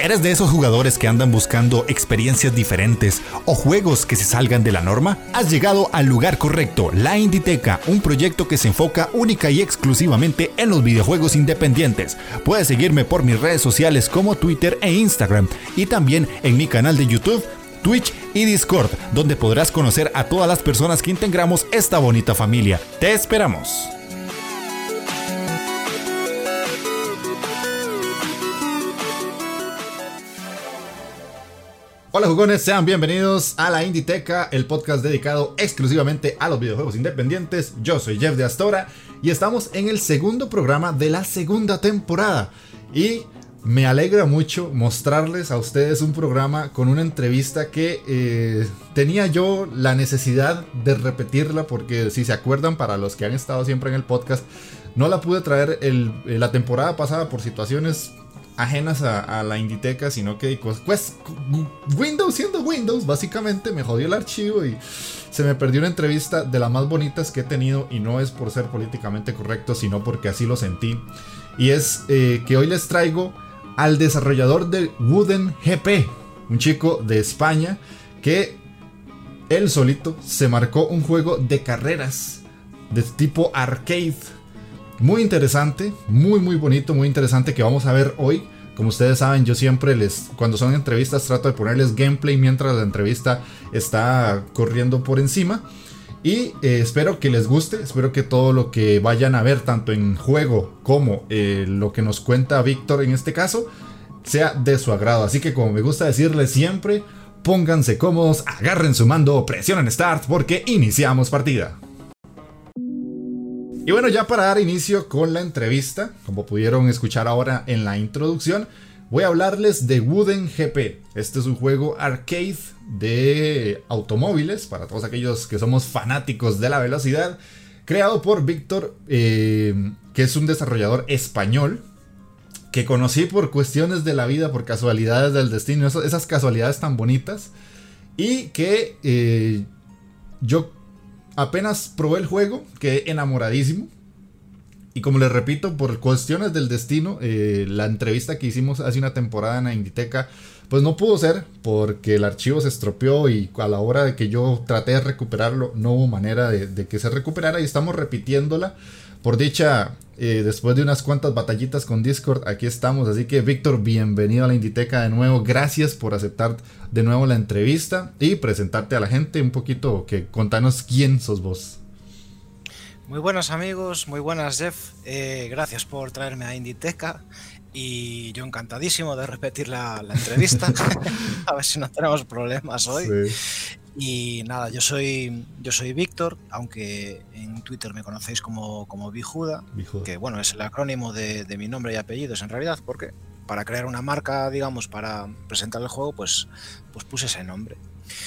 ¿Eres de esos jugadores que andan buscando experiencias diferentes o juegos que se salgan de la norma? Has llegado al lugar correcto, La Inditeca, un proyecto que se enfoca única y exclusivamente en los videojuegos independientes. Puedes seguirme por mis redes sociales como Twitter e Instagram y también en mi canal de YouTube, Twitch y Discord, donde podrás conocer a todas las personas que integramos esta bonita familia. ¡Te esperamos! Hola jugones, sean bienvenidos a La Inditeca, el podcast dedicado exclusivamente a los videojuegos independientes. Yo soy Jeff de Astora y estamos en el segundo programa de la segunda temporada. Y me alegra mucho mostrarles a ustedes un programa con una entrevista que tenía yo la necesidad de repetirla, porque si se acuerdan, para los que han estado siempre en el podcast, no la pude traer la temporada pasada por situaciones ajenas a la Inditeca, sino que pues Windows siendo Windows, básicamente me jodió el archivo y se me perdió una entrevista de las más bonitas que he tenido, y no es por ser políticamente correcto, sino porque así lo sentí. Y es que hoy les traigo al desarrollador de Wooden GP, un chico de España que él solito se marcó un juego de carreras de tipo arcade. Muy interesante, muy bonito, muy interesante, que vamos a ver hoy. Como ustedes saben, yo siempre cuando son entrevistas trato de ponerles gameplay mientras la entrevista está corriendo por encima. Y espero que les guste, espero que todo lo que vayan a ver, tanto en juego como lo que nos cuenta Víctor en este caso, sea de su agrado. Así que, como me gusta decirles siempre, pónganse cómodos, agarren su mando, presionen Start porque iniciamos partida. Y bueno, ya para dar inicio con la entrevista, como pudieron escuchar ahora en la introducción, voy a hablarles de Wooden GP. Este es un juego arcade de automóviles, para todos aquellos que somos fanáticos de la velocidad, creado por Víctor, que es un desarrollador español, que conocí por cuestiones de la vida, por casualidades del destino, esas casualidades tan bonitas, y que yo apenas probé el juego, quedé enamoradísimo. Y como les repito, por cuestiones del destino, la entrevista que hicimos hace una temporada en la Inditeca, pues no pudo ser, porque el archivo se estropeó y a la hora de que yo traté de recuperarlo, no hubo manera de que se recuperara, y estamos repitiéndola. Por dicha, después de unas cuantas batallitas con Discord, aquí estamos. Así que, Víctor, bienvenido a la Inditeca de nuevo. Gracias por aceptar de nuevo la entrevista y presentarte a la gente un poquito, que contanos quién sos vos. Muy buenas amigos, muy buenas Jeff, gracias por traerme a Inditeca y yo encantadísimo de repetir la entrevista, a ver si no tenemos problemas hoy. Sí. Y nada, yo soy Víctor, aunque en Twitter me conocéis como Bijuda, que bueno, es el acrónimo de mi nombre y apellidos en realidad, porque para crear una marca, digamos, para presentar el juego, pues puse ese nombre.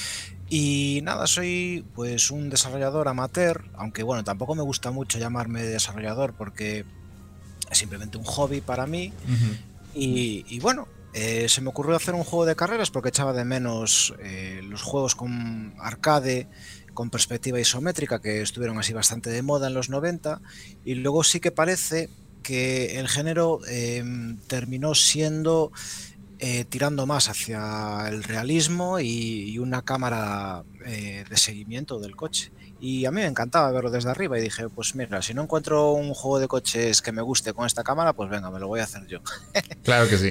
Y nada, soy pues un desarrollador amateur, aunque bueno, tampoco me gusta mucho llamarme desarrollador porque es simplemente un hobby para mí. Uh-huh. Y bueno, se me ocurrió hacer un juego de carreras porque echaba de menos los juegos con arcade, con perspectiva isométrica, que estuvieron así bastante de moda en los 90, y luego sí que parece que el género terminó siendo tirando más hacia el realismo y una cámara de seguimiento del coche. Y a mí me encantaba verlo desde arriba y dije, pues mira, si no encuentro un juego de coches que me guste con esta cámara, pues venga, me lo voy a hacer yo. Claro que sí.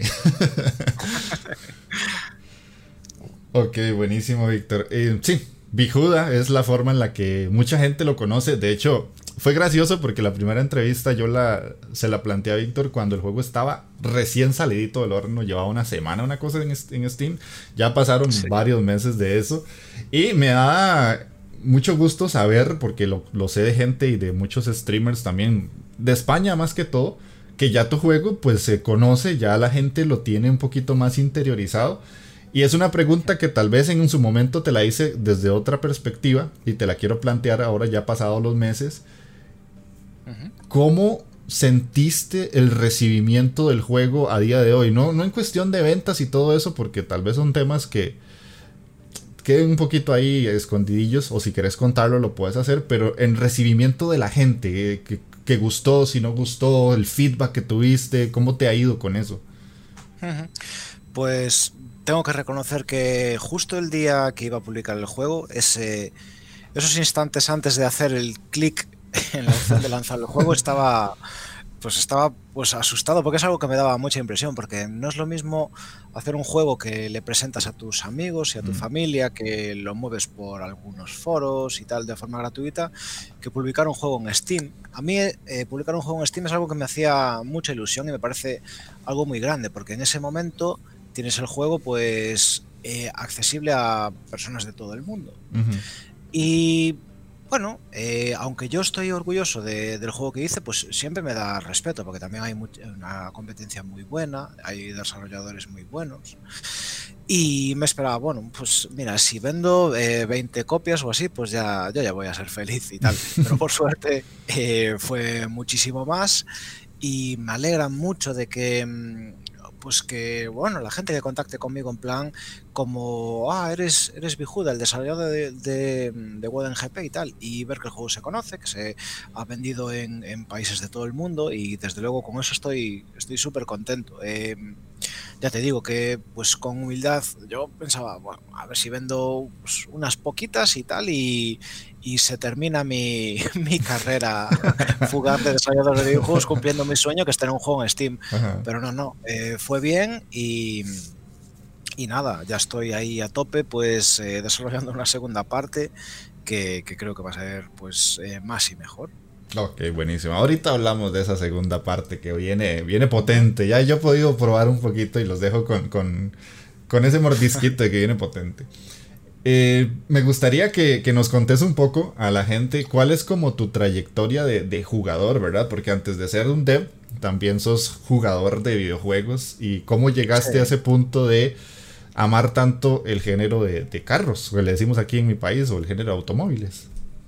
Ok, buenísimo, Víctor. Sí, Bijuda es la forma en la que mucha gente lo conoce. De hecho, fue gracioso porque la primera entrevista se la planteé a Víctor cuando el juego estaba recién salidito del horno. Llevaba una semana, una cosa en Steam. Ya pasaron varios meses de eso. Y me da mucho gusto saber, porque lo sé de gente y de muchos streamers también, de España más que todo, que ya tu juego pues se conoce, ya la gente lo tiene un poquito más interiorizado. Y es una pregunta que tal vez en su momento te la hice desde otra perspectiva y te la quiero plantear ahora ya pasados los meses. ¿Cómo sentiste el recibimiento del juego a día de hoy? No en cuestión de ventas y todo eso, porque tal vez son temas que queden un poquito ahí escondidillos, o si querés contarlo lo puedes hacer, pero en recibimiento de la gente, que gustó, si no gustó, el feedback que tuviste, ¿cómo te ha ido con eso? Pues tengo que reconocer que justo el día que iba a publicar el juego, esos instantes antes de hacer el clic en la opción de lanzar el juego, estaba asustado, porque es algo que me daba mucha impresión, porque no es lo mismo hacer un juego que le presentas a tus amigos y a tu familia, que lo mueves por algunos foros y tal de forma gratuita, que publicar un juego en Steam. A mí publicar un juego en Steam es algo que me hacía mucha ilusión y me parece algo muy grande, porque en ese momento tienes el juego pues accesible a personas de todo el mundo. Y bueno, aunque yo estoy orgulloso del juego que hice, pues siempre me da respeto, porque también hay una competencia muy buena, hay desarrolladores muy buenos. Y me esperaba, bueno, pues mira, si vendo 20 copias o así, pues yo ya voy a ser feliz y tal. Pero por suerte fue muchísimo más y me alegra mucho de que pues que, bueno, la gente que contacte conmigo en plan como, eres Bijuda, el desarrollador de WodenGP y tal, y ver que el juego se conoce, que se ha vendido en países de todo el mundo, y desde luego con eso estoy súper contento. Ya te digo que pues con humildad yo pensaba, bueno, a ver si vendo pues, unas poquitas y tal, y se termina mi carrera fugaz de desarrollador de videojuegos cumpliendo mi sueño, que es tener un juego en Steam. Ajá. Pero no, fue bien y nada, ya estoy ahí a tope pues desarrollando una segunda parte que creo que va a ser pues más y mejor. Ok, buenísimo. Ahorita hablamos de esa segunda parte que viene potente. Ya yo he podido probar un poquito y los dejo con ese mordisquito de que viene potente. Me gustaría que nos contes un poco a la gente cuál es como tu trayectoria de jugador, ¿verdad? Porque antes de ser un dev, también sos jugador de videojuegos. Y cómo llegaste a ese punto de amar tanto el género de carros, que le decimos aquí en mi país, o el género de automóviles.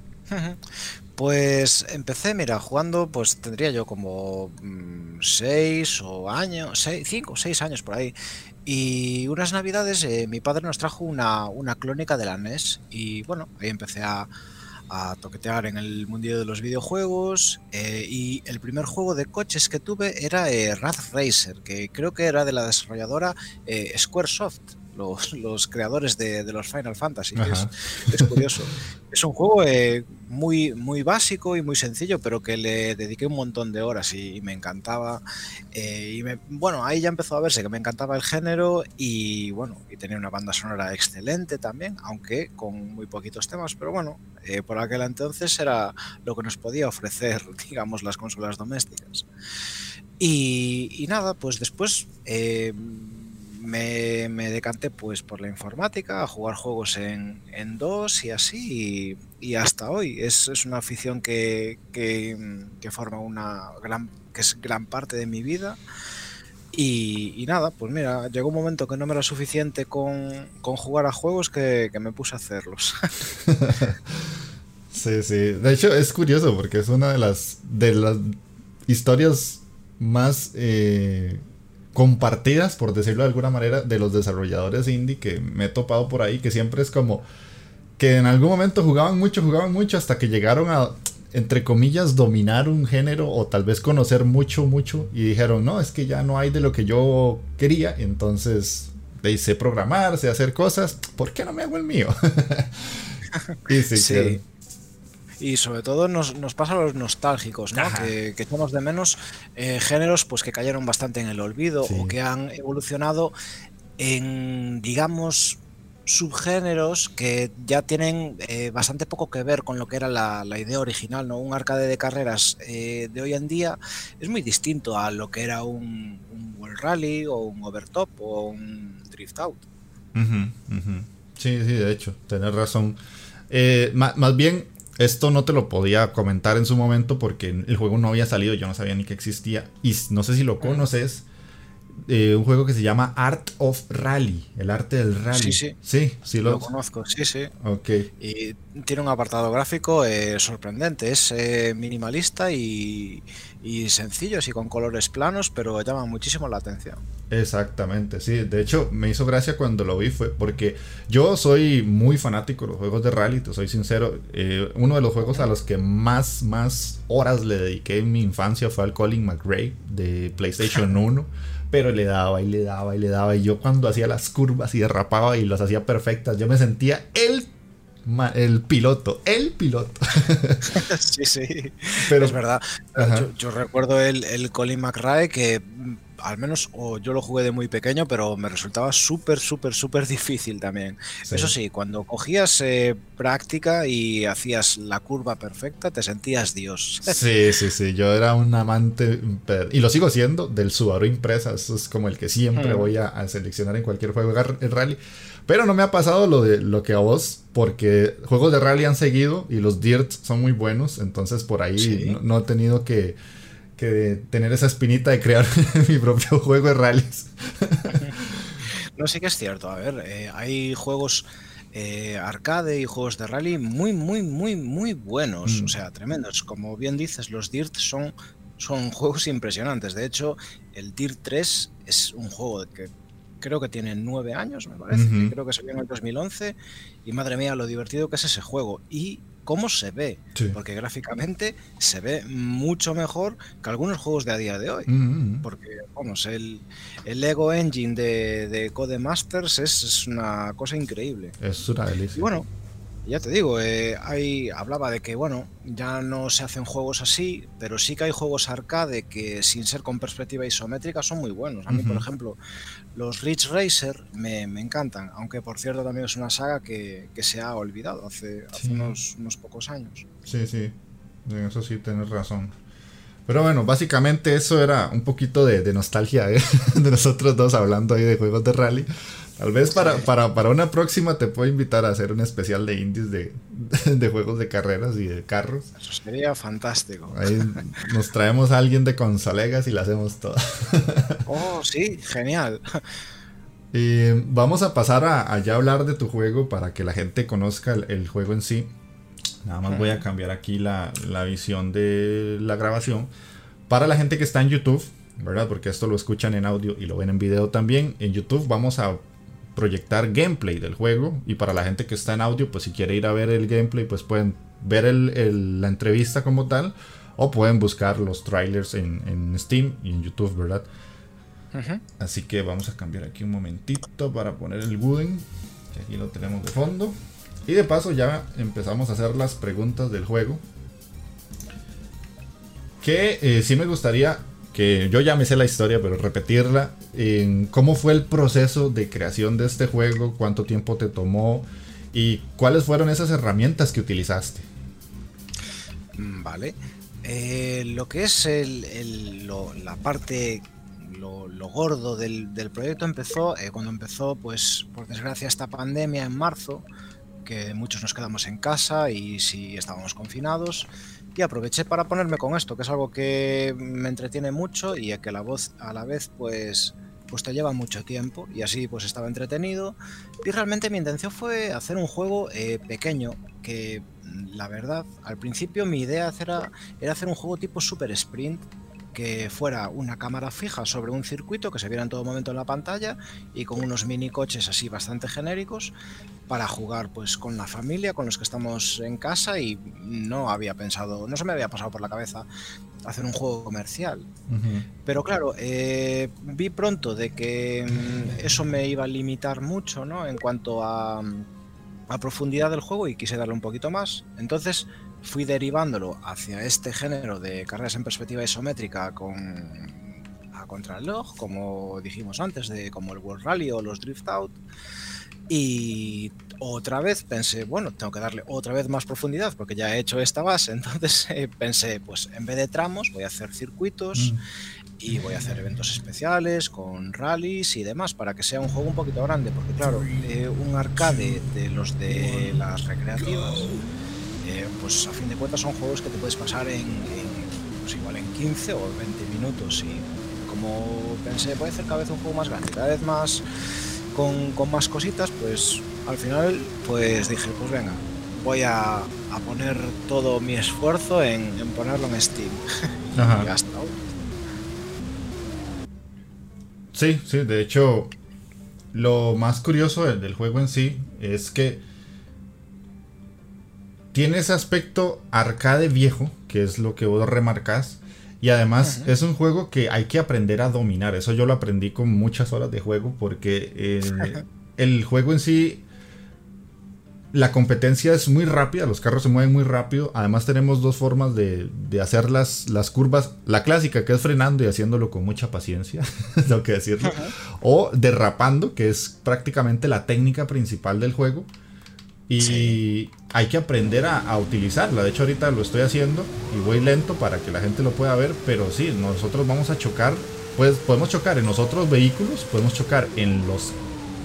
Pues empecé, mira, jugando, pues tendría yo como 6 años, 5 o 6 años por ahí. Y unas navidades mi padre nos trajo una clónica de la NES y bueno, ahí empecé a toquetear en el mundillo de los videojuegos y el primer juego de coches que tuve era Wrath Racer, que creo que era de la desarrolladora Squaresoft, los creadores de los Final Fantasy. Es curioso. Es un juego muy, muy básico y muy sencillo, pero que le dediqué un montón de horas y me encantaba. Bueno, ahí ya empezó a verse que me encantaba el género y bueno, y tenía una banda sonora excelente también, aunque con muy poquitos temas, pero bueno, por aquel entonces era lo que nos podía ofrecer, digamos, las consolas domésticas. Y nada, pues después me decanté pues por la informática, a jugar juegos en DOS y así, y hasta hoy. Es una afición que forma que es gran parte de mi vida. Y nada, pues mira, llegó un momento que no me era suficiente con jugar a juegos que me puse a hacerlos. Sí, sí. De hecho, es curioso porque es una de las historias más compartidas, por decirlo de alguna manera, de los desarrolladores indie que me he topado por ahí, que siempre es como que en algún momento jugaban mucho hasta que llegaron a, entre comillas, dominar un género o tal vez conocer mucho y dijeron, no, es que ya no hay de lo que yo quería, entonces sé programar, sé hacer cosas, ¿por qué no me hago el mío? Y sí. Y sobre todo nos pasa a los nostálgicos, ¿no? Que echamos de menos géneros pues que cayeron bastante en el olvido o que han evolucionado en, digamos, subgéneros que ya tienen bastante poco que ver con lo que era la idea original, ¿no? Un arcade de carreras de hoy en día es muy distinto a lo que era un World Rally o un Overtop o un Drift Out. Sí, de hecho, tenés razón. Más bien, esto no te lo podía comentar en su momento porque el juego no había salido, yo no sabía ni que existía. Y no sé si lo conoces, un juego que se llama Art of Rally, el arte del rally. Sí, lo conozco, sí. Okay. Y tiene un apartado gráfico sorprendente, es minimalista y sencillo, así con colores planos, pero llama muchísimo la atención. Exactamente, sí. De hecho, me hizo gracia cuando lo vi, fue porque yo soy muy fanático de los juegos de rally, te soy sincero. Uno de los juegos a los que más horas le dediqué en mi infancia fue al Colin McRae de PlayStation 1. pero le daba y le daba y le daba. Y yo cuando hacía las curvas y derrapaba y las hacía perfectas, yo me sentía el piloto. Sí, sí, Pero, es verdad. Yo recuerdo el Colin McRae que al menos yo lo jugué de muy pequeño, pero me resultaba súper, súper, súper difícil también. sí. Eso sí, cuando cogías práctica y hacías la curva perfecta, te sentías Dios. Sí, sí, sí, yo era un amante, y lo sigo siendo, del Subaru Impreza. Eso es como el que siempre voy a seleccionar en cualquier juego de rally. Pero no me ha pasado lo que a vos, porque juegos de rally han seguido y los Dirt son muy buenos. Entonces por ahí Sí. no he tenido que tener esa espinita de crear mi propio juego de rallies. No, sí que es cierto. A ver, hay juegos arcade y juegos de rally muy, muy, muy, muy buenos. O sea, tremendos. Como bien dices, los Dirt son juegos impresionantes. De hecho, el Dirt 3 es un juego que creo que tiene 9 años, me parece, que creo que salió en el 2011, y madre mía, lo divertido que es ese juego, y cómo se ve, Sí. porque gráficamente se ve mucho mejor que algunos juegos de a día de hoy, porque, vamos, el Lego Engine de Codemasters es una cosa increíble. Es una Y delicia. bueno, ya te digo, hablaba de que, bueno, ya no se hacen juegos así, pero sí que hay juegos arcade que, sin ser con perspectiva isométrica, son muy buenos. A mí, por ejemplo, los Ridge Racer me encantan, aunque por cierto también es una saga que se ha olvidado hace Sí. unos pocos años. Sí, sí, en eso sí tienes razón. Pero bueno, básicamente eso era un poquito de nostalgia de nosotros dos hablando ahí de juegos de rally. Tal vez para una próxima te puedo invitar a hacer un especial de indies de juegos de carreras y de carros. Eso sería fantástico. Ahí nos traemos a alguien de Consolegas y la hacemos toda. Oh, sí, genial. Y vamos a pasar a ya hablar de tu juego para que la gente conozca el juego en sí. Nada más voy a cambiar aquí la visión de la grabación. Para la gente que está en YouTube, ¿verdad? Porque esto lo escuchan en audio y lo ven en video también. En YouTube vamos a proyectar gameplay del juego. Y para la gente que está en audio, pues si quiere ir a ver el gameplay, pues pueden ver la entrevista como tal. O pueden buscar los trailers en Steam y en YouTube, ¿verdad? Así que vamos a cambiar aquí un momentito para poner el Wooden, que aquí lo tenemos de fondo. Y de paso ya empezamos a hacer las preguntas del juego. Que sí me gustaría, que yo ya me sé la historia, pero repetirla. ¿Cómo fue el proceso de creación de este juego? ¿Cuánto tiempo te tomó? ¿Y cuáles fueron esas herramientas que utilizaste? Vale. Lo que es la parte, lo gordo del proyecto empezó cuando empezó, pues por desgracia, esta pandemia en marzo, que muchos nos quedamos en casa y sí estábamos confinados, y aproveché para ponerme con esto, que es algo que me entretiene mucho y que a la vez pues te lleva mucho tiempo, y así pues estaba entretenido. Y realmente mi intención fue hacer un juego pequeño, que la verdad al principio mi idea era hacer un juego tipo Super Sprint, que fuera una cámara fija sobre un circuito que se viera en todo momento en la pantalla, y con unos mini coches así bastante genéricos para jugar pues con la familia, con los que estamos en casa, y no se me había pasado por la cabeza hacer un juego comercial. Pero claro, vi pronto de que eso me iba a limitar mucho, ¿no?, en cuanto a profundidad del juego, y quise darle un poquito más. Entonces fui derivándolo hacia este género de carreras en perspectiva isométrica a contrarreloj, como dijimos antes, como el World Rally o los Drift Out. Y otra vez pensé, bueno, tengo que darle otra vez más profundidad porque ya he hecho esta base. Entonces pensé, pues en vez de tramos voy a hacer circuitos y voy a hacer eventos especiales con rallies y demás, para que sea un juego un poquito grande, porque claro, un arcade de los de las recreativas, pues a fin de cuentas son juegos que te puedes pasar pues igual en 15 o 20 minutos, y como pensé, voy a hacer cada vez un juego más grande, cada vez más con más cositas, pues al final pues dije, pues venga, voy a poner todo mi esfuerzo en ponerlo en Steam. Y hasta ahora. Sí, sí, de hecho, lo más curioso del juego en sí es que tiene ese aspecto arcade viejo, que es lo que vos remarcás, Y además es un juego que hay que aprender a dominar. Eso yo lo aprendí con muchas horas de juego porque el juego en sí, la competencia es muy rápida, los carros se mueven muy rápido. Además tenemos dos formas de hacer las curvas. La clásica, que es frenando y haciéndolo con mucha paciencia, tengo que decirlo. O derrapando, que es prácticamente la técnica principal del juego. Y hay que aprender a utilizarla. De hecho ahorita lo estoy haciendo y voy lento para que la gente lo pueda ver. Pero sí, nosotros vamos a chocar. Pues podemos chocar en los otros vehículos, podemos chocar en los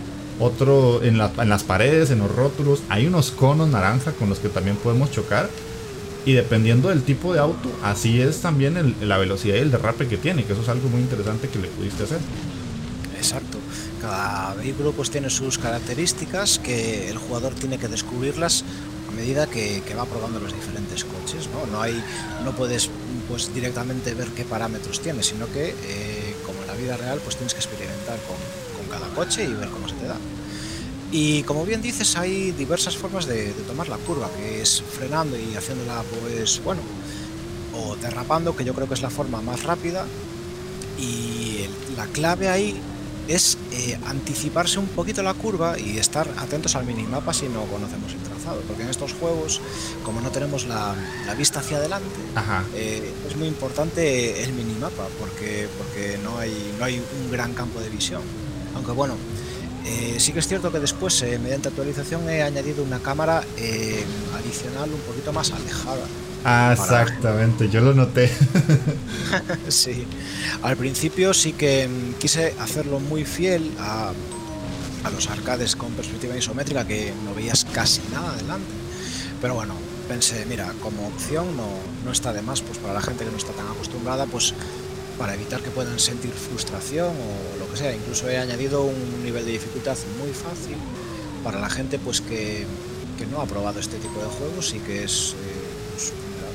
en las paredes, en los rótulos. Hay unos conos naranja con los que también podemos chocar. Y dependiendo del tipo de auto, así es también la velocidad y el derrape que tiene, que eso es algo muy interesante que le pudiste hacer. Exacto. Cada vehículo pues tiene sus características que el jugador tiene que descubrirlas a medida que va probando los diferentes coches, ¿no? No puedes pues directamente ver qué parámetros tiene, sino que como en la vida real pues tienes que experimentar con cada coche y ver cómo se te da. Y como bien dices, hay diversas formas de tomar la curva, que es frenando y haciéndola pues bueno, o derrapando, que yo creo que es la forma más rápida. Y la clave ahí es anticiparse un poquito la curva y estar atentos al minimapa si no conocemos el trazado, porque en estos juegos, como no tenemos la vista hacia adelante, es muy importante el minimapa, porque no hay un gran campo de visión. Aunque bueno, sí que es cierto que después, mediante actualización, he añadido una cámara adicional un poquito más alejada. Exactamente, yo lo noté. Sí, al principio sí que quise hacerlo muy fiel a los arcades con perspectiva isométrica, que no veías casi nada adelante. Pero bueno, pensé, mira, como opción no está de más, pues para la gente que no está tan acostumbrada, pues para evitar que puedan sentir frustración o lo que sea. Incluso he añadido un nivel de dificultad muy fácil para la gente pues que no ha probado este tipo de juegos y que es su primera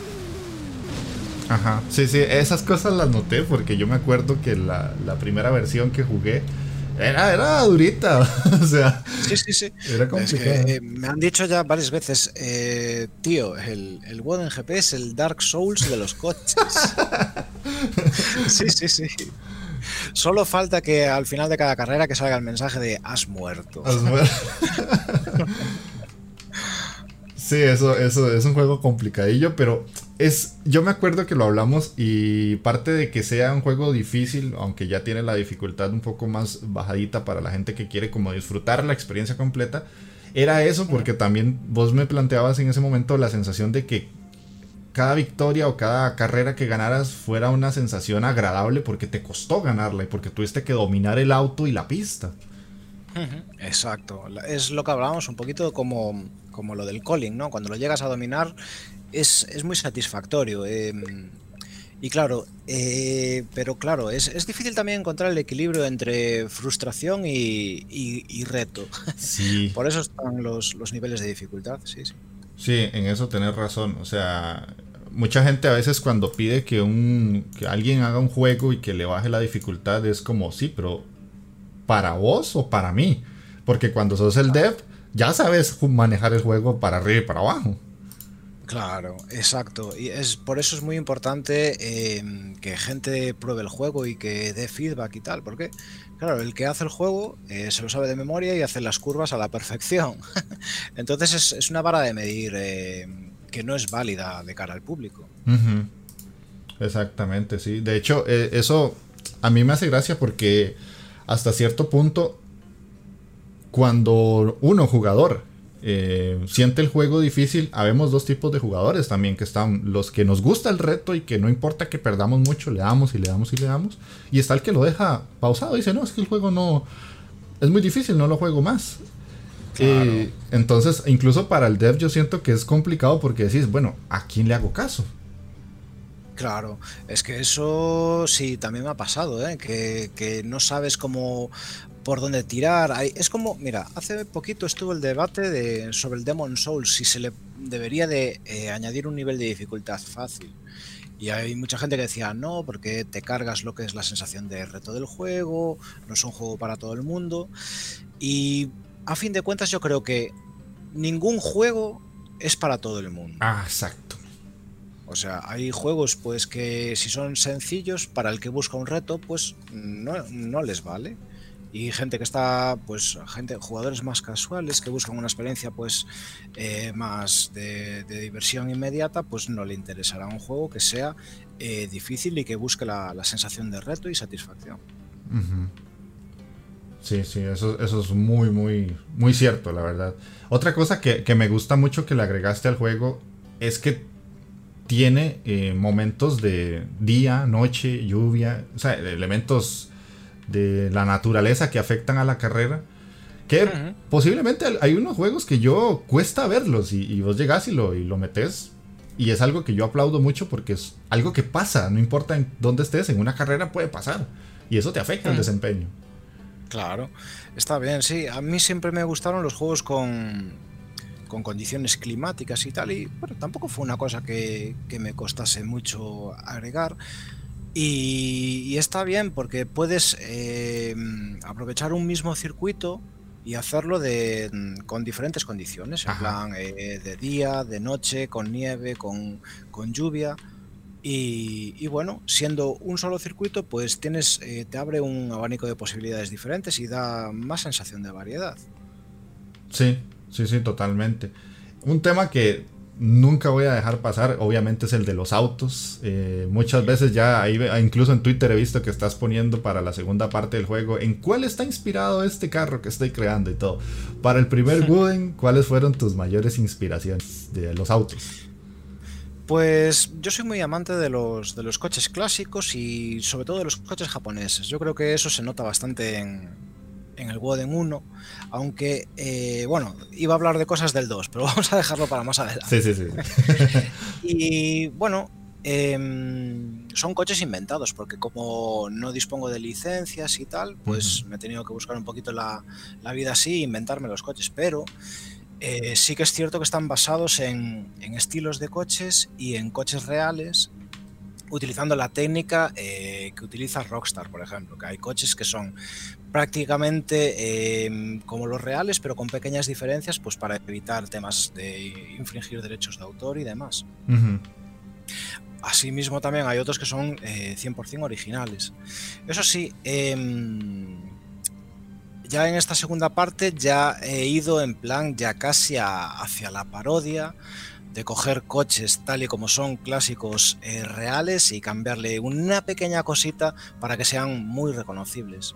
vez. Ajá, sí, esas cosas las noté porque yo me acuerdo que la primera versión que jugué era durita, o sea, sí. Era complicado. Es que, me han dicho ya varias veces, tío, el Wooden GP es el Dark Souls de los coches. Sí. Solo falta que al final de cada carrera que salga el mensaje de has muerto. Has muerto. Sí, eso es un juego complicadillo, pero yo me acuerdo que lo hablamos y parte de que sea un juego difícil, aunque ya tiene la dificultad un poco más bajadita para la gente que quiere como disfrutar la experiencia completa, era eso, porque también vos me planteabas en ese momento la sensación de que cada victoria o cada carrera que ganaras fuera una sensación agradable porque te costó ganarla y porque tuviste que dominar el auto y la pista. Exacto, es lo que hablábamos un poquito como lo del calling, ¿no? Cuando lo llegas a dominar es muy satisfactorio. Y claro, pero claro, es difícil también encontrar el equilibrio entre frustración y reto. Sí. Por eso están los niveles de dificultad, sí. Sí, en eso tenés razón. O sea, mucha gente a veces cuando pide que alguien haga un juego y que le baje la dificultad es como, sí, pero ¿para vos o para mí? Porque cuando sos el dev ya sabes manejar el juego para arriba y para abajo. Claro, exacto. Y por eso es muy importante que gente pruebe el juego y que dé feedback y tal. Porque, claro, el que hace el juego se lo sabe de memoria y hace las curvas a la perfección. Entonces es una vara de medir que no es válida de cara al público. Exactamente, sí. De hecho, eso a mí me hace gracia porque hasta cierto punto, cuando uno jugador siente el juego difícil, habemos dos tipos de jugadores también, que están los que nos gusta el reto y que no importa que perdamos mucho, le damos, y está el que lo deja pausado y dice, no, es que el juego no es muy difícil, no lo juego más. Claro. Entonces, incluso para el dev yo siento que es complicado porque decís, bueno, ¿a quién le hago caso? Claro, es que eso sí, también me ha pasado, que no sabes cómo por dónde tirar. Es como, mira, hace poquito estuvo el debate sobre el Demon Souls, si se le debería de añadir un nivel de dificultad fácil. Y hay mucha gente que decía, no, porque te cargas lo que es la sensación de reto del juego, no es un juego para todo el mundo. Y a fin de cuentas yo creo que ningún juego es para todo el mundo. Exacto. O O sea, hay juegos pues que si son sencillos, para el que busca un reto, pues no les vale. Y gente que está, pues, jugadores más casuales que buscan una experiencia pues más de diversión inmediata, pues no le interesará un juego que sea difícil y que busque la sensación de reto y satisfacción. Uh-huh. Sí, sí, eso es muy, muy, muy cierto, la verdad. Otra cosa que me gusta mucho que le agregaste al juego es que tiene momentos de día, noche, lluvia, o sea, elementos de la naturaleza que afectan a la carrera. Que posiblemente hay unos juegos que yo cuesta verlos y vos llegás y lo metes. Y es algo que yo aplaudo mucho porque es algo que pasa, no importa en dónde estés, en una carrera puede pasar. Y eso te afecta el desempeño. Claro, está bien, sí. A mí siempre me gustaron los juegos con condiciones climáticas y tal. Y bueno, tampoco fue una cosa que me costase mucho agregar. Y está bien porque puedes aprovechar un mismo circuito y hacerlo con diferentes condiciones, en plan de día, de noche, con nieve, con lluvia. Y bueno, siendo un solo circuito, pues te abre un abanico de posibilidades diferentes y da más sensación de variedad. Sí, sí, sí, totalmente. Un tema que nunca voy a dejar pasar, obviamente, es el de los autos. Muchas veces ya, incluso en Twitter he visto que estás poniendo para la segunda parte del juego en cuál está inspirado este carro que estoy creando y todo. Para el primer Wooden, ¿cuáles fueron tus mayores inspiraciones de los autos? Pues yo soy muy amante de los coches clásicos y sobre todo de los coches japoneses. Yo creo que eso se nota bastante en el Wooden 1, aunque, bueno, iba a hablar de cosas del 2, pero vamos a dejarlo para más adelante. Sí, sí, sí. Y bueno, son coches inventados, porque como no dispongo de licencias y tal, pues me he tenido que buscar un poquito la vida así e inventarme los coches, pero sí que es cierto que están basados en estilos de coches y en coches reales, utilizando la técnica que utiliza Rockstar, por ejemplo, que hay coches que son prácticamente como los reales, pero con pequeñas diferencias, pues para evitar temas de infringir derechos de autor y demás. Asimismo también hay otros que son 100% originales. Eso sí, ya en esta segunda parte ya he ido en plan ya casi hacia la parodia, de coger coches tal y como son clásicos reales y cambiarle una pequeña cosita para que sean muy reconocibles.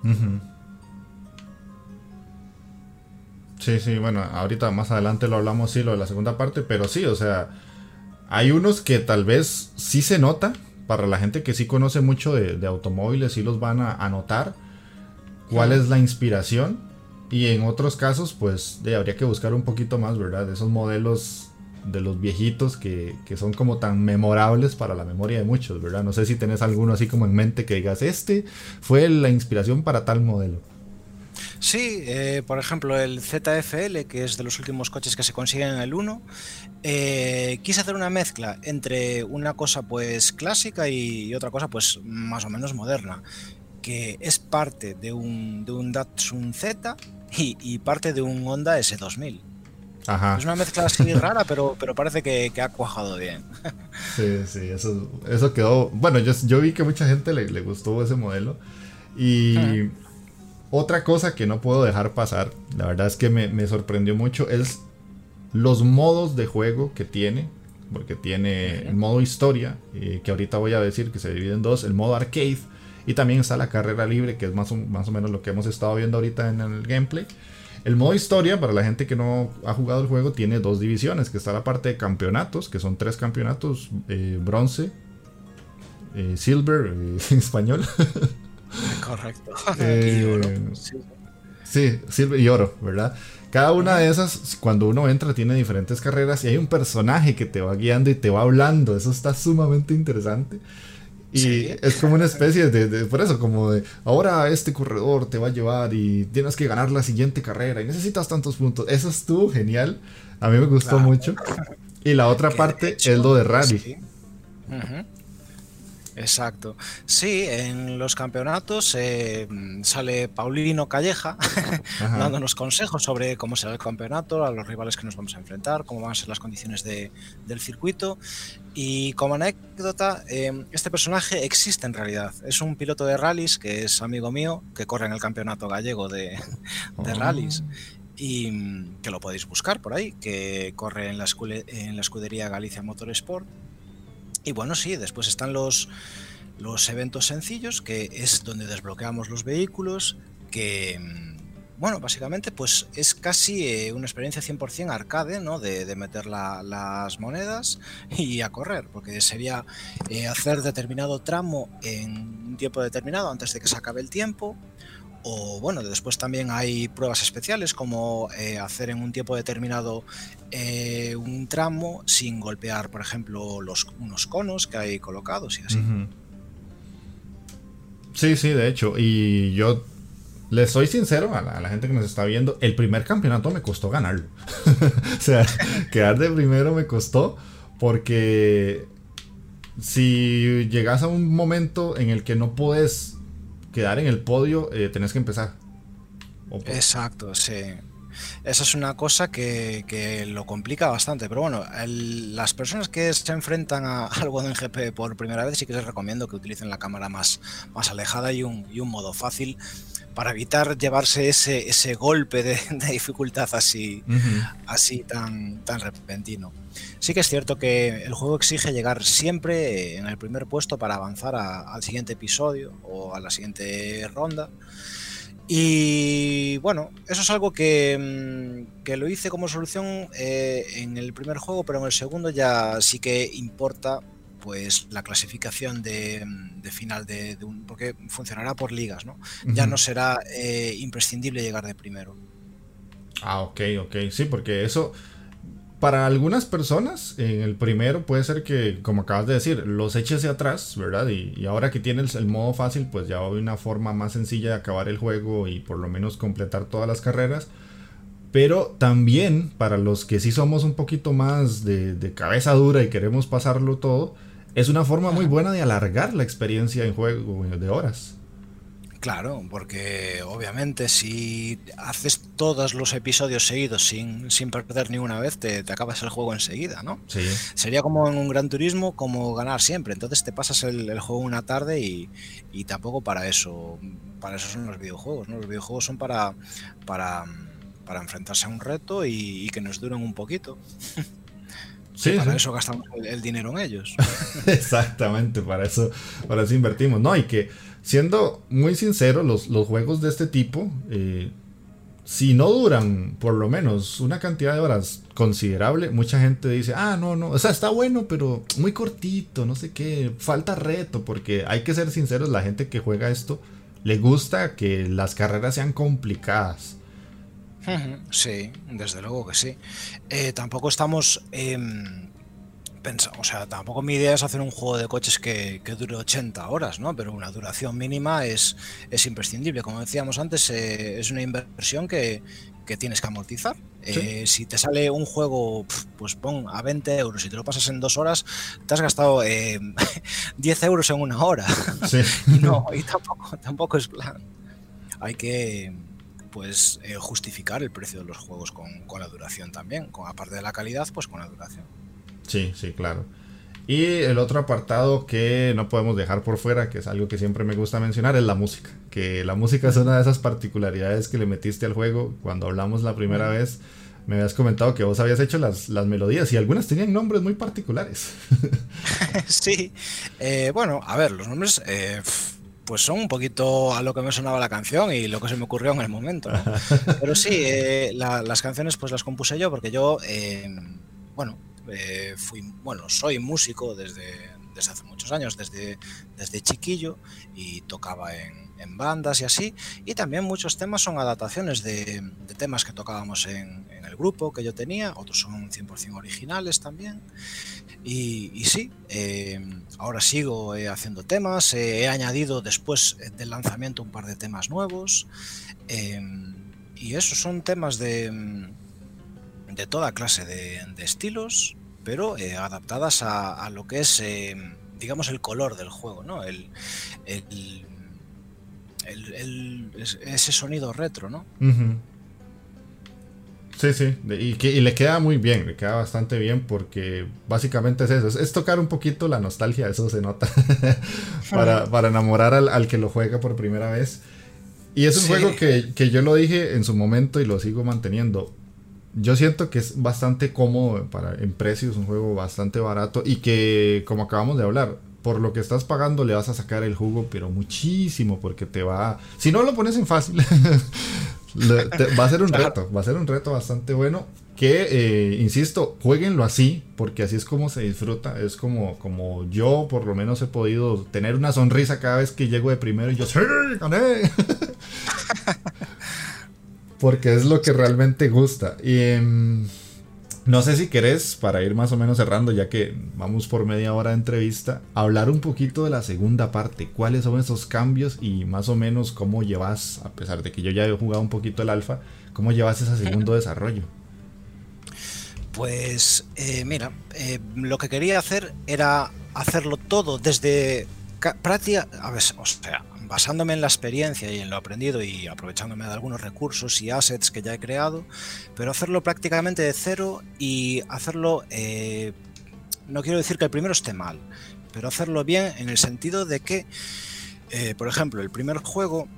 Sí, sí, bueno, ahorita más adelante lo hablamos, sí, lo de la segunda parte, pero sí, o sea, hay unos que tal vez sí se nota, para la gente que sí conoce mucho de automóviles, sí los van a notar cuál es la inspiración, y en otros casos, pues habría que buscar un poquito más, ¿verdad? Esos modelos de los viejitos que son como tan memorables para la memoria de muchos, ¿verdad? No sé si tenés alguno así como en mente que digas, este fue la inspiración para tal modelo. Sí, por ejemplo el ZFL, que es de los últimos coches que se consiguen en el 1, quise hacer una mezcla entre una cosa pues clásica y otra cosa pues más o menos moderna, que es parte de un Datsun Z y parte de un Honda S2000. Ajá. Es una mezcla así rara, pero parece que ha cuajado bien. Sí, sí, eso quedó... Bueno, yo vi que mucha gente le gustó ese modelo. Y otra cosa que no puedo dejar pasar, la verdad es que me sorprendió mucho, es los modos de juego que tiene. Porque tiene el modo historia, que ahorita voy a decir que se divide en dos, el modo arcade, y también está la carrera libre, que es más o menos lo que hemos estado viendo ahorita en el gameplay. El modo historia, para la gente que no ha jugado el juego, tiene dos divisiones, que está la parte de campeonatos, que son 3 campeonatos, bronce, silver, en español. Correcto. Y oro. Sí, silver y oro, ¿verdad? Cada una de esas, cuando uno entra, tiene diferentes carreras y hay un personaje que te va guiando y te va hablando. Eso está sumamente interesante. Y es como una especie por eso, como de, ahora este corredor te va a llevar y tienes que ganar la siguiente carrera y necesitas tantos puntos. Eso estuvo genial, a mí me gustó mucho. Y la otra parte es lo de rally. Exacto. Sí, en los campeonatos sale Paulino Calleja Ajá. dándonos consejos sobre cómo será el campeonato, a los rivales que nos vamos a enfrentar, cómo van a ser las condiciones del circuito. Y como anécdota, este personaje existe en realidad. Es un piloto de rallies que es amigo mío, que corre en el campeonato gallego de Oh. rallies. Y que lo podéis buscar por ahí, que corre en la escudería Galicia Motorsport. Y bueno, sí, después están los eventos sencillos, que es donde desbloqueamos los vehículos, que, bueno, básicamente pues es casi una experiencia 100% arcade, ¿no? De meter las monedas y a correr, porque sería hacer determinado tramo en un tiempo determinado antes de que se acabe el tiempo. O bueno, después también hay pruebas especiales como hacer en un tiempo determinado un tramo sin golpear, por ejemplo, unos conos que hay colocados y así. Ujú. Sí, sí, de hecho. Y yo les soy sincero a la gente que nos está viendo. El primer campeonato me costó ganarlo. O sea, quedar de primero me costó. Porque si llegas a un momento en el que no puedes quedar en el podio, tenés que empezar. Exacto, sí. Esa es una cosa que lo complica bastante, pero bueno, las personas que se enfrentan al Golden GP por primera vez sí que les recomiendo que utilicen la cámara más alejada y un modo fácil para evitar llevarse ese golpe de dificultad Ujú. así tan repentino. Sí que es cierto que el juego exige llegar siempre en el primer puesto para avanzar al siguiente episodio o a la siguiente ronda. Y bueno, eso es algo que lo hice como solución en el primer juego, pero en el segundo ya sí que importa pues la clasificación de final porque funcionará por ligas, ¿no? Ya Ujú. no será imprescindible llegar de primero. Ah, ok, ok. Sí, porque eso, para algunas personas, en el primero puede ser que, como acabas de decir, los eche hacia atrás, ¿verdad? Y ahora que tienes el modo fácil, pues ya hay una forma más sencilla de acabar el juego y por lo menos completar todas las carreras. Pero también para los que sí somos un poquito más de cabeza dura y queremos pasarlo todo, es una forma muy buena de alargar la experiencia en juego de horas. Claro, porque obviamente si haces todos los episodios seguidos sin perder ni una vez, te acabas el juego enseguida, ¿no? Sí. Sería como en un Gran Turismo, como ganar siempre. Entonces te pasas el juego una tarde y tampoco para eso son los videojuegos, ¿no? Los videojuegos son para, para enfrentarse a un reto y que nos duren un poquito. Que Sí, para sí. eso gastamos el dinero en ellos. Exactamente, para eso invertimos. No, y que siendo muy sincero, los juegos de este tipo, si no duran por lo menos una cantidad de horas considerable, mucha gente dice, ah, no, no, o sea, está bueno, pero muy cortito, no sé qué, falta reto, porque hay que ser sinceros, la gente que juega esto le gusta que las carreras sean complicadas. Sí, desde luego que sí. Tampoco estamos o sea, tampoco mi idea es hacer un juego de coches que dure 80 horas, ¿no? Pero una duración mínima es imprescindible. Como decíamos antes, es una inversión que tienes que amortizar. Sí. Si te sale un juego, pues pon a 20 euros y te lo pasas en 2 horas, te has gastado 10 euros en una hora. Sí. Y no, y tampoco es plan. Hay que pues justificar el precio de los juegos con la duración también. Aparte de la calidad, pues con la duración. Sí, sí, claro. Y el otro apartado que no podemos dejar por fuera, que es algo que siempre me gusta mencionar, es la música. Que la música es una de esas particularidades que le metiste al juego. Cuando hablamos la primera vez, me habías comentado que vos habías hecho las melodías y algunas tenían nombres muy particulares. Sí, bueno, a ver, los nombres pues son un poquito a lo que me sonaba la canción y lo que se me ocurrió en el momento, ¿no? Pero sí, las canciones pues las compuse yo porque yo, bueno, soy músico desde hace muchos años, desde chiquillo y tocaba en bandas y así, y también muchos temas son adaptaciones de temas que tocábamos en el grupo que yo tenía, otros son 100% originales también. Y sí, ahora sigo haciendo temas, he añadido después del lanzamiento un par de temas nuevos eh, y esos son temas de toda clase de estilos, pero adaptadas a lo que es digamos, el color del juego, ¿no? Ese sonido retro, ¿no? Ujú. Sí, sí, y le queda muy bien, le queda bastante bien porque básicamente es eso, es tocar un poquito la nostalgia, eso se nota, para enamorar al que lo juega por primera vez. Y es un Sí. juego que yo lo dije en su momento y lo sigo manteniendo. Yo siento que es bastante cómodo en precios, un juego bastante barato y que, como acabamos de hablar, por lo que estás pagando le vas a sacar el jugo, pero muchísimo, porque te va... Si no lo pones en fácil, va a ser un Claro. reto, va a ser un reto bastante bueno. Que, insisto, jueguenlo así, porque así es como se disfruta. Es como yo, por lo menos, he podido tener una sonrisa cada vez que llego de primero y yo, ¡sí, gané! Porque es lo que realmente gusta. Y no sé si querés, para ir más o menos cerrando, ya que vamos por media hora de entrevista, hablar un poquito de la segunda parte. ¿Cuáles son esos cambios y más o menos cómo llevas, a pesar de que yo ya he jugado un poquito el alfa, cómo llevas ese segundo desarrollo? Pues mira, lo que quería hacer era hacerlo todo desde práctica, a ver, o sea, basándome en la experiencia y en lo aprendido y aprovechándome de algunos recursos y assets que ya he creado, pero hacerlo prácticamente de cero y hacerlo, no quiero decir que el primero esté mal, pero hacerlo bien en el sentido de que, por ejemplo, el primer juego,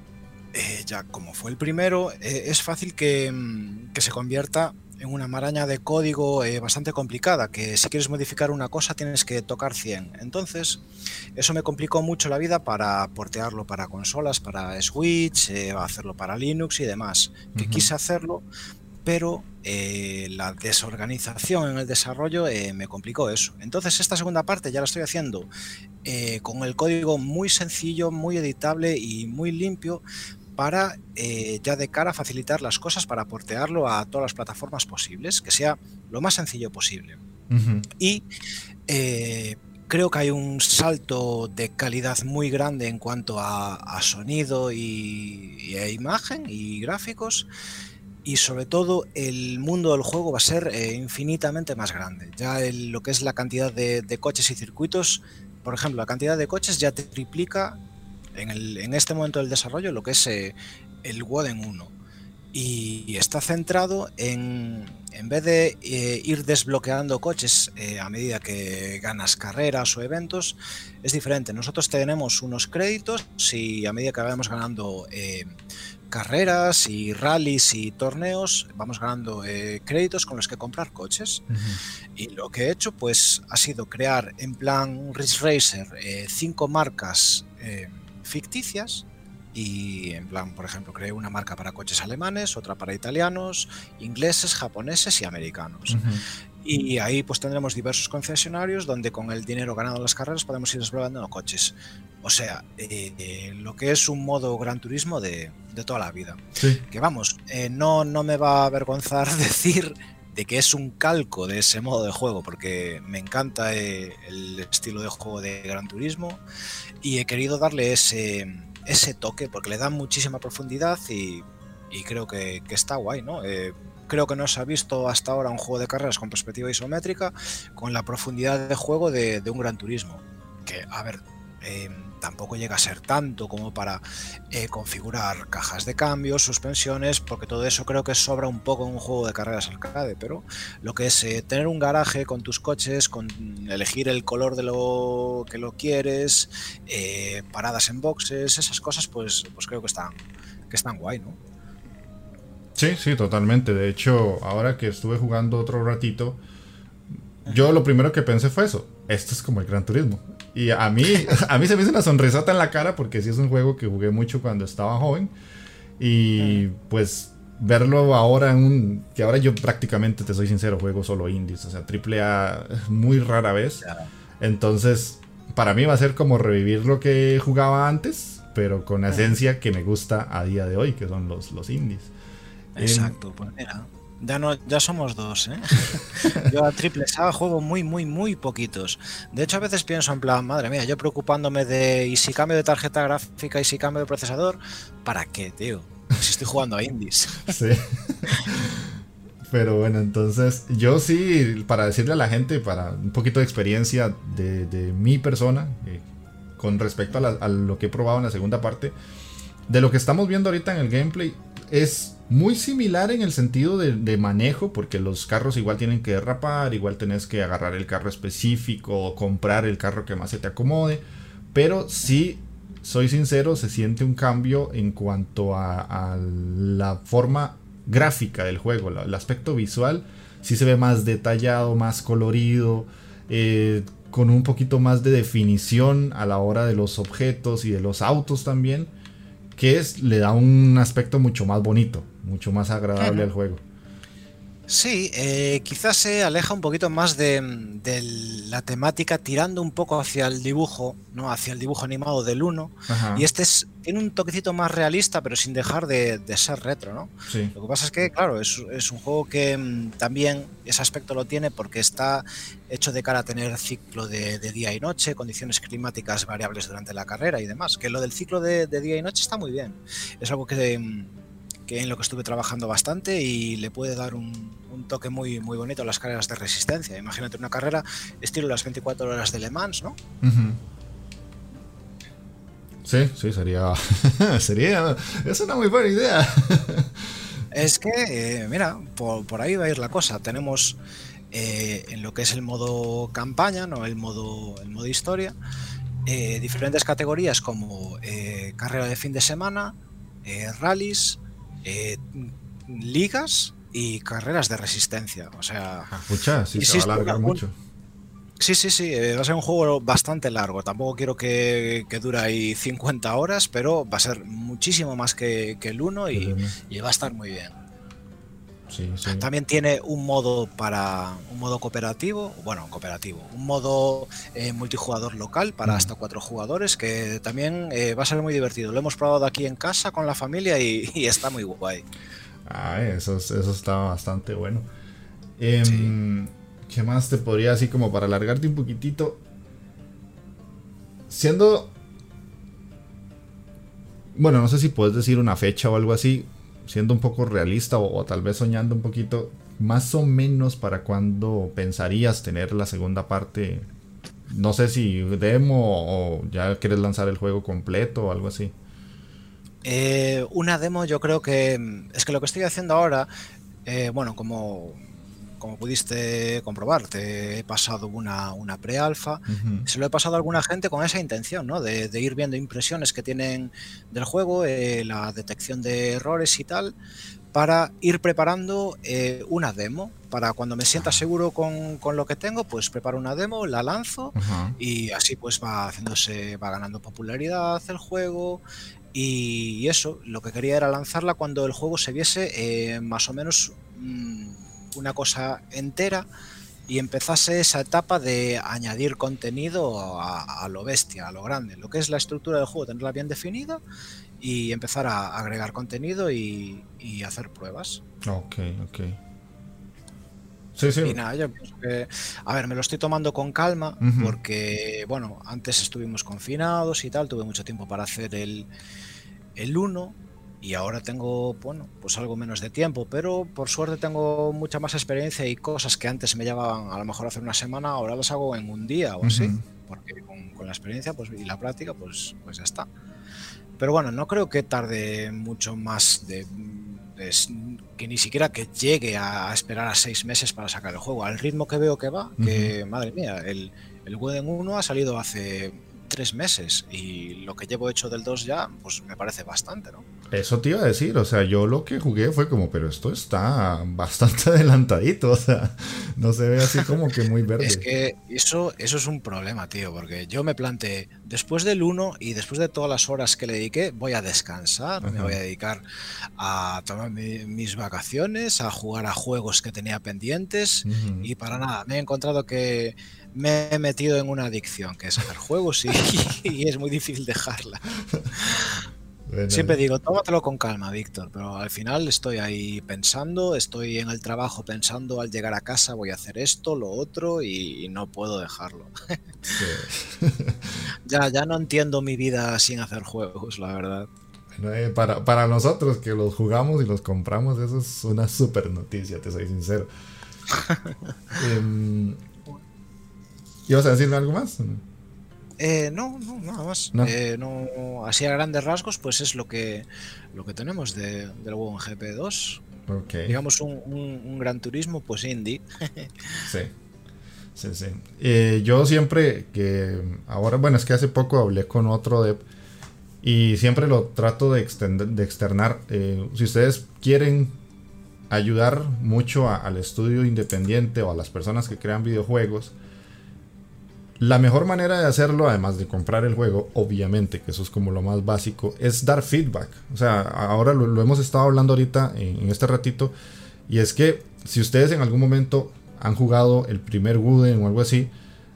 ya como fue el primero, es fácil que se convierta en una maraña de código bastante complicada, que si quieres modificar una cosa tienes que tocar 100. Entonces, eso me complicó mucho la vida para portearlo para consolas, para Switch, hacerlo para Linux y demás. Que quise hacerlo, pero la desorganización en el desarrollo me complicó eso. Entonces, esta segunda parte ya la estoy haciendo con el código muy sencillo, muy editable y muy limpio, para ya de cara a facilitar las cosas para portearlo a todas las plataformas posibles, que sea lo más sencillo posible. Y creo que hay un salto de calidad muy grande en cuanto a sonido y a imagen y gráficos, y sobre todo el mundo del juego va a ser infinitamente más grande. Ya lo que es la cantidad de coches y circuitos, por ejemplo, la cantidad de coches ya triplica en este momento del desarrollo lo que es el Woden 1, y está centrado en vez de ir desbloqueando coches a medida que ganas carreras o eventos, es diferente. Nosotros tenemos unos créditos y a medida que vamos ganando carreras y rallies y torneos, vamos ganando créditos con los que comprar coches. Y lo que he hecho pues ha sido crear en plan Ridge Racer 5 marcas ficticias, y en plan, por ejemplo, creé una marca para coches alemanes, otra para italianos, ingleses, japoneses y americanos. Y ahí pues tendremos diversos concesionarios donde con el dinero ganado en las carreras podemos ir desbloqueando coches. O sea, lo que es un modo Gran Turismo de toda la vida. Sí. Que vamos, no me va a avergonzar decir de que es un calco de ese modo de juego, porque me encanta el estilo de juego de Gran Turismo y he querido darle ese toque porque le da muchísima profundidad y creo que está guay, ¿no? Creo que no se ha visto hasta ahora un juego de carreras con perspectiva isométrica con la profundidad de juego de un Gran Turismo, que a ver, tampoco llega a ser tanto como para configurar cajas de cambios, suspensiones, porque todo eso creo que sobra un poco en un juego de carreras arcade, pero lo que es tener un garaje con tus coches, con elegir el color de lo que lo quieres, paradas en boxes, esas cosas pues creo que están guay, ¿no? Sí, sí, totalmente. De hecho, ahora que estuve jugando otro ratito, yo lo primero que pensé fue eso. Esto es como el Gran Turismo. Y a mí se me hizo una sonrisota en la cara porque sí es un juego que jugué mucho cuando estaba joven. Y pues verlo ahora que ahora yo prácticamente, te soy sincero, juego solo indies. O sea, AAA muy rara vez. Entonces, para mí va a ser como revivir lo que jugaba antes, pero con la esencia que me gusta a día de hoy, que son los indies. Exacto, pues mira, ya somos dos, ¿eh? Yo a triple A juego muy poquitos. De hecho, a veces pienso en plan, madre mía, yo preocupándome de ¿y si cambio de tarjeta gráfica y si cambio de procesador? ¿Para qué, tío? Si estoy jugando a indies. Sí. Pero bueno, entonces yo sí, para decirle a la gente, para un poquito de experiencia de mi persona, con respecto a lo que he probado en la segunda parte, de lo que estamos viendo ahorita en el gameplay, es muy similar en el sentido de manejo, porque los carros igual tienen que derrapar, igual tenés que agarrar el carro específico o comprar el carro que más se te acomode, pero sí, soy sincero, se siente un cambio en cuanto a la forma gráfica del juego, el aspecto visual sí se ve más detallado, más colorido, con un poquito más de definición a la hora de los objetos y de los autos también, le da un aspecto mucho más bonito, mucho más agradable al juego. Sí, quizás se aleja un poquito más de la temática, tirando un poco hacia el dibujo, ¿no? Hacia el dibujo animado del 1. Ajá. Y tiene un toquecito más realista, pero sin dejar de ser retro, ¿no? Sí. Lo que pasa es que, claro, es un juego que también ese aspecto lo tiene porque está hecho de cara a tener ciclo de día y noche, condiciones climáticas variables durante la carrera y demás. Que lo del ciclo de día y noche está muy bien. Es algo que en lo que estuve trabajando bastante y le puede dar un toque muy, muy bonito a las carreras de resistencia. Imagínate una carrera estilo las 24 horas de Le Mans, ¿no? Sí, sería es una muy buena idea. Es que, mira, por ahí va a ir la cosa. Tenemos en lo que es el modo campaña, ¿no? el modo historia, diferentes categorías como carrera de fin de semana, rallies, ligas y carreras de resistencia. O sea, pucha, sí, se va a alargar mucho. Sí, va a ser un juego bastante largo. Tampoco quiero que dure ahí 50 horas, pero va a ser muchísimo más que el 1 y va a estar muy bien. Sí. También tiene un modo cooperativo, un modo multijugador local para hasta 4 jugadores, que también va a ser muy divertido. Lo hemos probado aquí en casa con la familia y está muy guay. Eso está bastante bueno. Sí. ¿Qué más te podría, así como para alargarte un poquitito? Bueno, no sé si puedes decir una fecha o algo así, siendo un poco realista o tal vez soñando un poquito, más o menos para cuándo pensarías tener la segunda parte. No sé si demo o ya quieres lanzar el juego completo o algo así. Una demo, yo creo que es que lo que estoy haciendo ahora, como pudiste comprobar, te he pasado una pre-alfa. Se lo he pasado a alguna gente con esa intención, ¿no? De ir viendo impresiones que tienen del juego, la detección de errores y tal, para ir preparando una demo. Para cuando me sienta seguro con lo que tengo, pues preparo una demo, la lanzo y así pues va ganando popularidad el juego. Y eso, lo que quería era lanzarla cuando el juego se viese más o menos una cosa entera y empezase esa etapa de añadir contenido a lo bestia, a lo grande. Lo que es la estructura del juego, tenerla bien definida y empezar a agregar contenido y hacer pruebas. Ok. Sí. Y nada, yo pienso que, a ver, me lo estoy tomando con calma porque, bueno, antes estuvimos confinados y tal, tuve mucho tiempo para hacer el 1 y ahora tengo, pues algo menos de tiempo, pero por suerte tengo mucha más experiencia y cosas que antes me llevaban a lo mejor hacer una semana, ahora las hago en un día o así, porque con la experiencia pues, y la práctica pues ya está. Pero bueno, no creo que tarde mucho más que ni siquiera que llegue a esperar a 6 meses para sacar el juego. Al ritmo que veo que va, que madre mía, el Weden 1 ha salido hace 3 meses y lo que llevo hecho del 2 ya, pues me parece bastante, ¿no? Eso te iba a decir, o sea, yo lo que jugué fue como, pero esto está bastante adelantadito, o sea, no se ve así como que muy verde. Es que eso es un problema, tío, porque yo me planteé, después del 1 y después de todas las horas que le dediqué, voy a descansar, me voy a dedicar a tomar mis vacaciones, a jugar a juegos que tenía pendientes y para nada, me he encontrado que me he metido en una adicción, que es hacer juegos y es muy difícil dejarla. Bueno, siempre digo, tómatelo con calma, Víctor, pero al final estoy ahí pensando, estoy en el trabajo pensando, al llegar a casa voy a hacer esto, lo otro y no puedo dejarlo. Sí. ya no entiendo mi vida sin hacer juegos, la verdad. Bueno, para nosotros que los jugamos y los compramos, eso es una super noticia, te soy sincero. ¿Ibas a decirme algo más? No, nada más. No. No, así a grandes rasgos, pues es lo que tenemos del WoW en GP2. Okay. Digamos un gran turismo, pues indie. Sí. Yo siempre que ahora, bueno, es que hace poco hablé con otro dev y siempre lo trato de externar. Si ustedes quieren ayudar mucho al estudio independiente o a las personas que crean videojuegos, la mejor manera de hacerlo, además de comprar el juego, obviamente, que eso es como lo más básico, es dar feedback. O sea, ahora lo hemos estado hablando ahorita en este ratito, y es que si ustedes en algún momento han jugado el primer Wooden o algo así,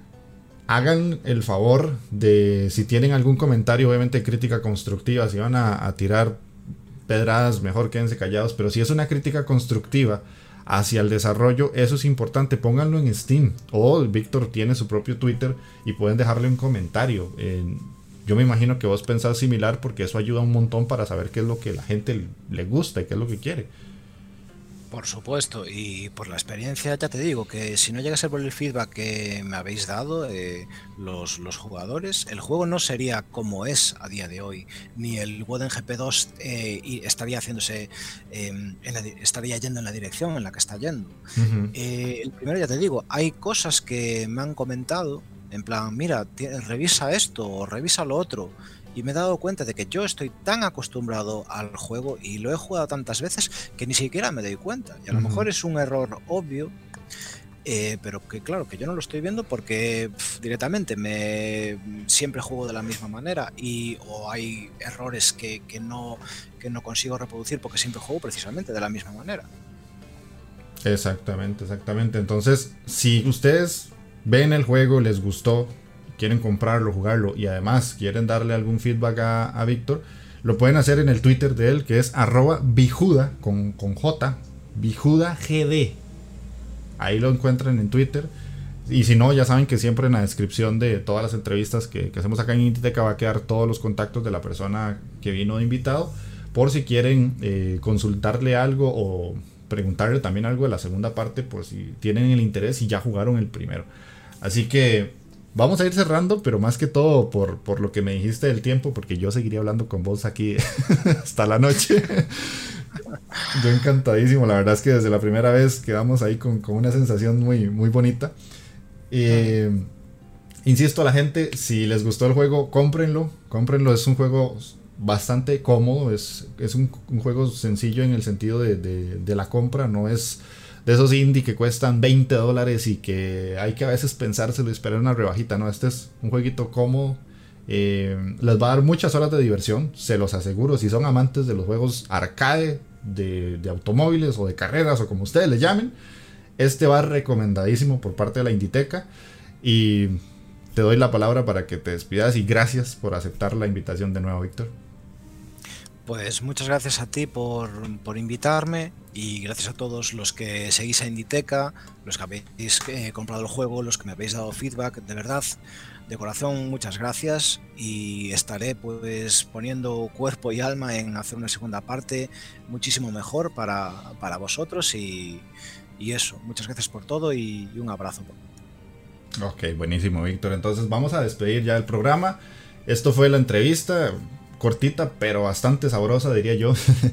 hagan el favor de, si tienen algún comentario, obviamente crítica constructiva, si van a tirar pedradas, mejor quédense callados, pero si es una crítica constructiva hacia el desarrollo, eso es importante, pónganlo en Steam, o Víctor tiene su propio Twitter y pueden dejarle un comentario. Yo me imagino que vos pensás similar, porque eso ayuda un montón para saber qué es lo que la gente le gusta y qué es lo que quiere. Por supuesto, y por la experiencia ya te digo que si no llega a ser por el feedback que me habéis dado los jugadores, el juego no sería como es a día de hoy, ni el Wooden GP2 estaría haciéndose, estaría yendo en la dirección en la que está yendo. El primero, ya te digo, hay cosas que me han comentado, en plan, mira, revisa esto o revisa lo otro. Y me he dado cuenta de que yo estoy tan acostumbrado al juego y lo he jugado tantas veces que ni siquiera me doy cuenta. Y a lo mejor es un error obvio, pero que claro, que yo no lo estoy viendo porque directamente siempre juego de la misma manera, o hay errores que no consigo reproducir porque siempre juego precisamente de la misma manera. Exactamente. Entonces, si ustedes ven el juego, les gustó, quieren comprarlo, jugarlo y además quieren darle algún feedback a Víctor, lo pueden hacer en el Twitter de él, que es @bijuda con J, bijudagd. Ahí lo encuentran en Twitter. Y si no, ya saben que siempre en la descripción de todas las entrevistas que hacemos acá en Inditeca va a quedar todos los contactos de la persona que vino de invitado, por si quieren consultarle algo o preguntarle también algo de la segunda parte, por si tienen el interés y ya jugaron el primero. Así que vamos a ir cerrando, pero más que todo por lo que me dijiste del tiempo, porque yo seguiría hablando con vos aquí hasta la noche. Yo encantadísimo, la verdad es que desde la primera vez quedamos ahí con una sensación muy, muy bonita. Insisto a la gente, si les gustó el juego, cómprenlo, es un juego bastante cómodo, es un juego sencillo en el sentido de la compra, no es de esos indie que cuestan $20 y que hay que a veces pensárselo y esperar una rebajita. No, este es un jueguito cómodo. Les va a dar muchas horas de diversión, se los aseguro. Si son amantes de los juegos arcade, de automóviles o de carreras o como ustedes le llamen, este va recomendadísimo por parte de la Inditeca. Y te doy la palabra para que te despidas y gracias por aceptar la invitación de nuevo, Víctor. Pues muchas gracias a ti por invitarme, y gracias a todos los que seguís a Inditeca, los que habéis comprado el juego, los que me habéis dado feedback. De verdad, de corazón, muchas gracias, y estaré pues poniendo cuerpo y alma en hacer una segunda parte muchísimo mejor para vosotros, y eso, muchas gracias por todo y un abrazo. Ok, buenísimo, Víctor. Entonces vamos a despedir ya el programa. Esto fue la entrevista. Cortita, pero bastante sabrosa, diría yo.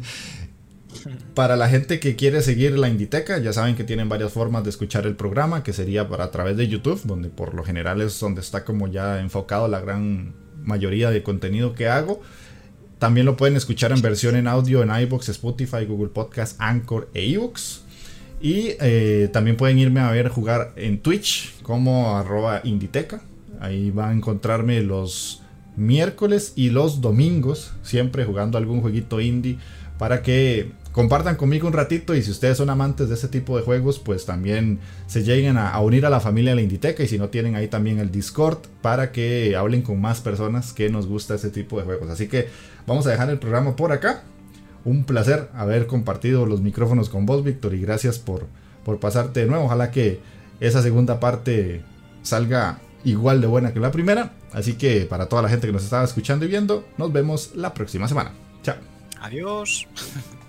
Para la gente que quiere seguir la Inditeca, ya saben que tienen varias formas de escuchar el programa, que sería a través de YouTube, donde por lo general es donde está como ya enfocado la gran mayoría de contenido que hago. También lo pueden escuchar en versión en audio en iVoox, Spotify, Google Podcast, Anchor e iVoox. Y también pueden irme a ver jugar en Twitch como @Inditeca. Ahí van a encontrarme los miércoles y los domingos, siempre jugando algún jueguito indie, para que compartan conmigo un ratito. Y si ustedes son amantes de este tipo de juegos, pues también se lleguen a unir a la familia de la Inditeca. Y si no, tienen ahí también el Discord para que hablen con más personas que nos gusta este tipo de juegos. Así que vamos a dejar el programa por acá. Un placer haber compartido los micrófonos con vos, Víctor, y gracias por pasarte de nuevo. Ojalá que esa segunda parte salga igual de buena que la primera. Así que para toda la gente que nos estaba escuchando y viendo, nos vemos la próxima semana. Chao. Adiós.